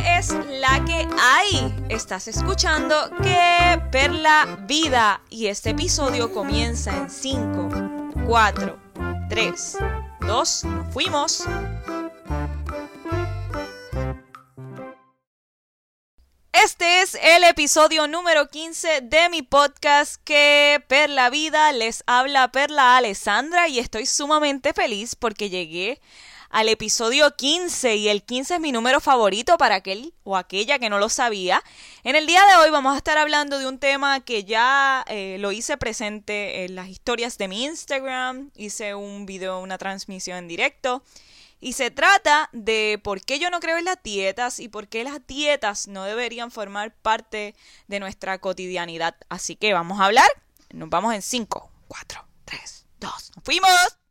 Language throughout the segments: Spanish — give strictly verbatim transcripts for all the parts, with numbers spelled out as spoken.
es la que hay? Estás escuchando Que Perla Vida y este episodio comienza en cinco, cuatro, tres, dos, nos fuimos. Este es el episodio número quince de mi podcast Que Perla Vida. Les habla Perla Alessandra y estoy sumamente feliz porque llegué al episodio quince y el quince es mi número favorito para aquel o aquella que no lo sabía. En el día de hoy vamos a estar hablando de un tema que ya eh, lo hice presente en las historias de mi Instagram. Hice un video, una transmisión en directo. Y se trata de por qué yo no creo en las dietas y por qué las dietas no deberían formar parte de nuestra cotidianidad. Así que vamos a hablar. Nos vamos en cinco, cuatro, tres, dos, ¡nos fuimos!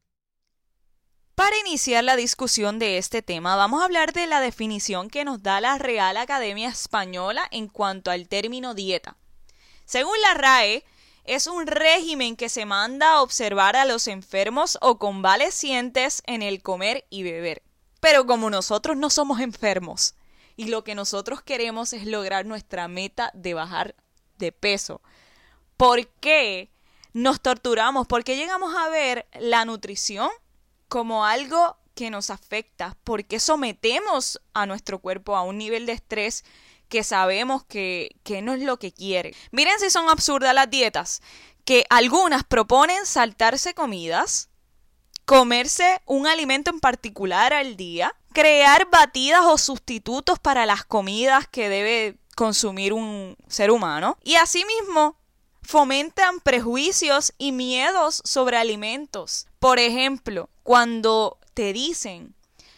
Para iniciar la discusión de este tema, vamos a hablar de la definición que nos da la Real Academia Española en cuanto al término dieta. Según la R A E, es un régimen que se manda a observar a los enfermos o convalecientes en el comer y beber. Pero como nosotros no somos enfermos y lo que nosotros queremos es lograr nuestra meta de bajar de peso, ¿por qué nos torturamos? ¿Por qué llegamos a ver la nutrición como algo que nos afecta? ¿Por qué sometemos a nuestro cuerpo a un nivel de estrés que sabemos que, que no es lo que quiere? Miren si son absurdas las dietas, que algunas proponen saltarse comidas, comerse un alimento en particular al día, crear batidas o sustitutos para las comidas que debe consumir un ser humano, y asimismo fomentan prejuicios y miedos sobre alimentos. Por ejemplo, cuando te dicen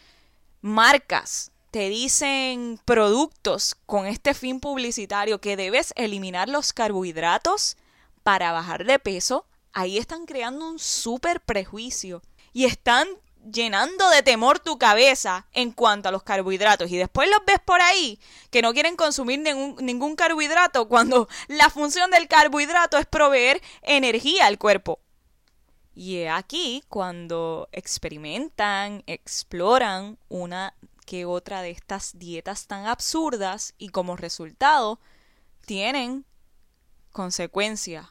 marcas, te dicen productos con este fin publicitario que debes eliminar los carbohidratos para bajar de peso, ahí están creando un súper prejuicio y están llenando de temor tu cabeza en cuanto a los carbohidratos. Y después los ves por ahí que no quieren consumir ningún, ningún carbohidrato cuando la función del carbohidrato es proveer energía al cuerpo. Y aquí cuando experimentan, exploran una que otra de estas dietas tan absurdas y como resultado tienen consecuencias.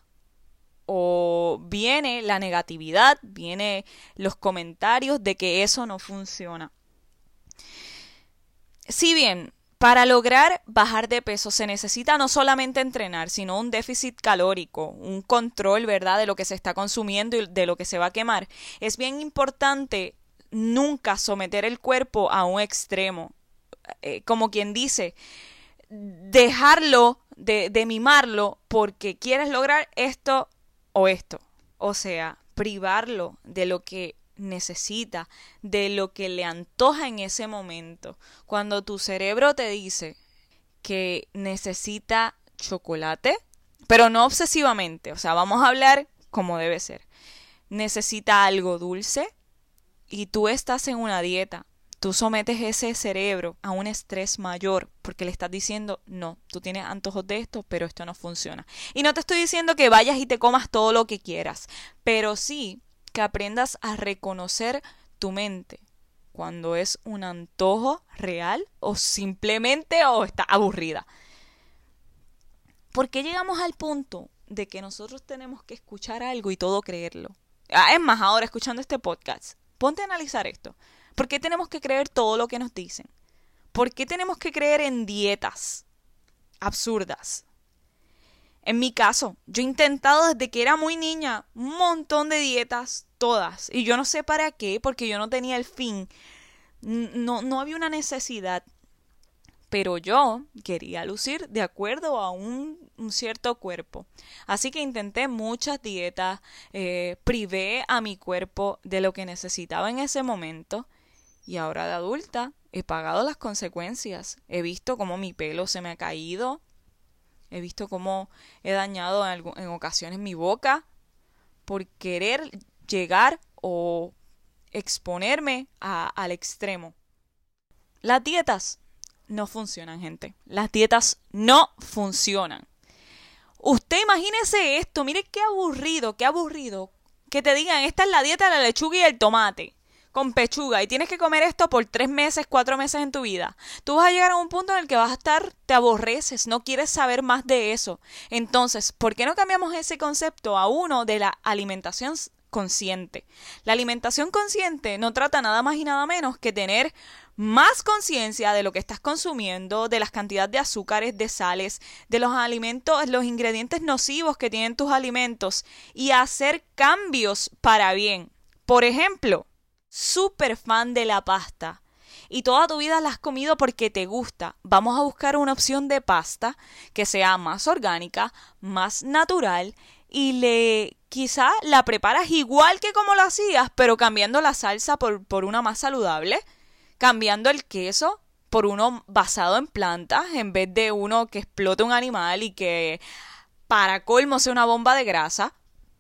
O viene la negatividad, viene los comentarios de que eso no funciona. Si bien para lograr bajar de peso se necesita no solamente entrenar, sino un déficit calórico, un control, ¿verdad?, de lo que se está consumiendo y de lo que se va a quemar, es bien importante nunca someter el cuerpo a un extremo. Eh, como quien dice, dejarlo, de, de mimarlo porque quieres lograr esto o esto. O sea, privarlo de lo que necesita, de lo que le antoja en ese momento. Cuando tu cerebro te dice que necesita chocolate, pero no obsesivamente, o sea, vamos a hablar como debe ser. Necesita algo dulce y tú estás en una dieta. Tú sometes ese cerebro a un estrés mayor porque le estás diciendo, no, tú tienes antojos de esto, pero esto no funciona. Y no te estoy diciendo que vayas y te comas todo lo que quieras, pero sí que aprendas a reconocer tu mente cuando es un antojo real o simplemente o está aburrida. ¿Por qué llegamos al punto de que nosotros tenemos que escuchar algo y todo creerlo? Ah, es más, ahora escuchando este podcast, ponte a analizar esto. ¿Por qué tenemos que creer todo lo que nos dicen? ¿Por qué tenemos que creer en dietas absurdas? En mi caso, yo he intentado desde que era muy niña un montón de dietas, todas. Y yo no sé para qué, porque yo no tenía el fin. No, no había una necesidad. Pero yo quería lucir de acuerdo a un, un cierto cuerpo. Así que intenté muchas dietas, eh, privé a mi cuerpo de lo que necesitaba en ese momento. Y ahora de adulta he pagado las consecuencias. He visto cómo mi pelo se me ha caído. He visto cómo he dañado en, algo, en ocasiones mi boca por querer llegar o exponerme a, al extremo. Las dietas no funcionan, gente. Las dietas no funcionan. Usted imagínese esto. Mire qué aburrido, qué aburrido. Que te digan, esta es la dieta de la lechuga y el tomate. con pechuga y tienes que comer esto por tres meses, cuatro meses en tu vida, tú vas a llegar a un punto en el que vas a estar, te aborreces, no quieres saber más de eso. Entonces, ¿por qué no cambiamos ese concepto a uno de la alimentación consciente? La alimentación consciente no trata nada más y nada menos que tener más conciencia de lo que estás consumiendo, de las cantidades de azúcares, de sales, de los alimentos, los ingredientes nocivos que tienen tus alimentos y hacer cambios para bien. Por ejemplo, súper fan de la pasta y toda tu vida la has comido porque te gusta. Vamos a buscar una opción de pasta que sea más orgánica, más natural y le quizá la preparas igual que como lo hacías, pero cambiando la salsa por, por una más saludable, cambiando el queso por uno basado en plantas en vez de uno que explote un animal y que para colmo sea una bomba de grasa.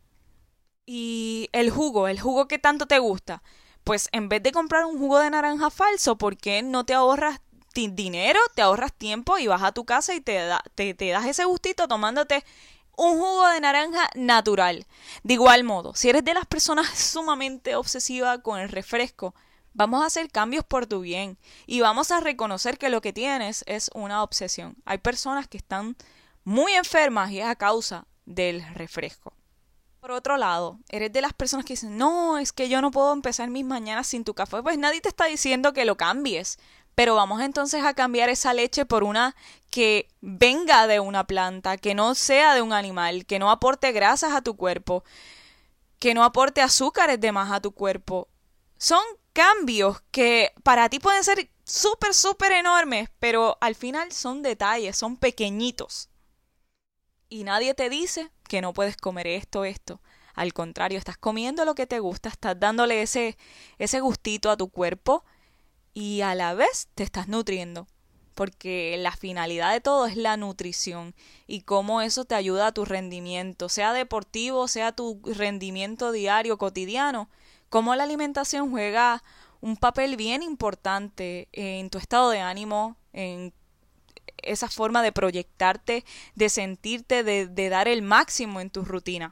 Y el jugo, el jugo que tanto te gusta, pues en vez de comprar un jugo de naranja falso, ¿por qué no te ahorras dinero, te ahorras tiempo y vas a tu casa y te, da, te, te das ese gustito tomándote un jugo de naranja natural? De igual modo, si eres de las personas sumamente obsesivas con el refresco, vamos a hacer cambios por tu bien y vamos a reconocer que lo que tienes es una obsesión. Hay personas que están muy enfermas y es a causa del refresco. Por otro lado, eres de las personas que dicen, no, es que yo no puedo empezar mis mañanas sin tu café. Pues nadie te está diciendo que lo cambies, pero vamos entonces a cambiar esa leche por una que venga de una planta, que no sea de un animal, que no aporte grasas a tu cuerpo, que no aporte azúcares de más a tu cuerpo. Son cambios que para ti pueden ser súper, súper enormes, pero al final son detalles, son pequeñitos. Y nadie te dice que no puedes comer esto, esto. Al contrario, estás comiendo lo que te gusta, estás dándole ese, ese gustito a tu cuerpo y a la vez te estás nutriendo. Porque la finalidad de todo es la nutrición y cómo eso te ayuda a tu rendimiento, sea deportivo, sea tu rendimiento diario, cotidiano. Cómo la alimentación juega un papel bien importante en tu estado de ánimo, en esa forma de proyectarte, de sentirte, de, de dar el máximo en tu rutina.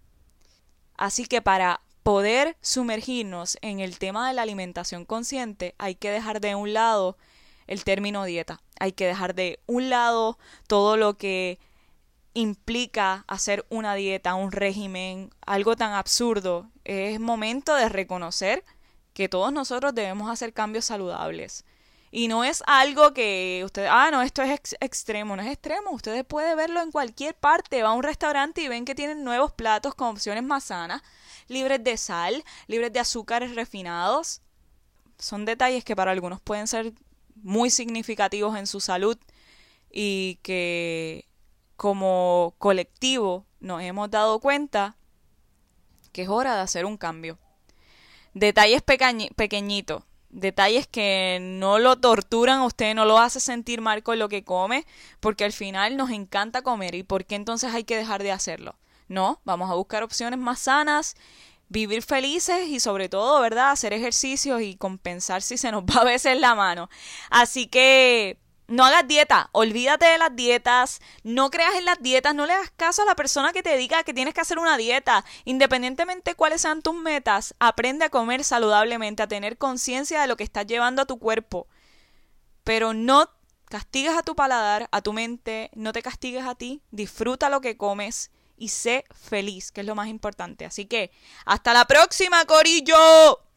Así que para poder sumergirnos en el tema de la alimentación consciente, hay que dejar de un lado el término dieta. Hay que dejar de un lado todo lo que implica hacer una dieta, un régimen, algo tan absurdo. Es momento de reconocer que todos nosotros debemos hacer cambios saludables. Y no es algo que ustedes, ah, no, esto es ex- extremo, no es extremo. Ustedes pueden verlo en cualquier parte. Va a un restaurante y ven que tienen nuevos platos con opciones más sanas, libres de sal, libres de azúcares refinados. Son detalles que para algunos pueden ser muy significativos en su salud y que como colectivo nos hemos dado cuenta que es hora de hacer un cambio. Detalles pequeñi- pequeñitos, detalles que no lo torturan a usted, no lo hace sentir mal con lo que come, porque al final nos encanta comer. ¿Y por qué entonces hay que dejar de hacerlo? No, vamos a buscar opciones más sanas, vivir felices y sobre todo, ¿verdad?, hacer ejercicios y compensar si se nos va a veces la mano. Así que no hagas dieta, olvídate de las dietas, no creas en las dietas, no le hagas caso a la persona que te diga que tienes que hacer una dieta. Independientemente de cuáles sean tus metas, aprende a comer saludablemente, a tener conciencia de lo que estás llevando a tu cuerpo. Pero no castigues a tu paladar, a tu mente, no te castigues a ti, disfruta lo que comes y sé feliz, que es lo más importante. Así que, ¡hasta la próxima, corillo!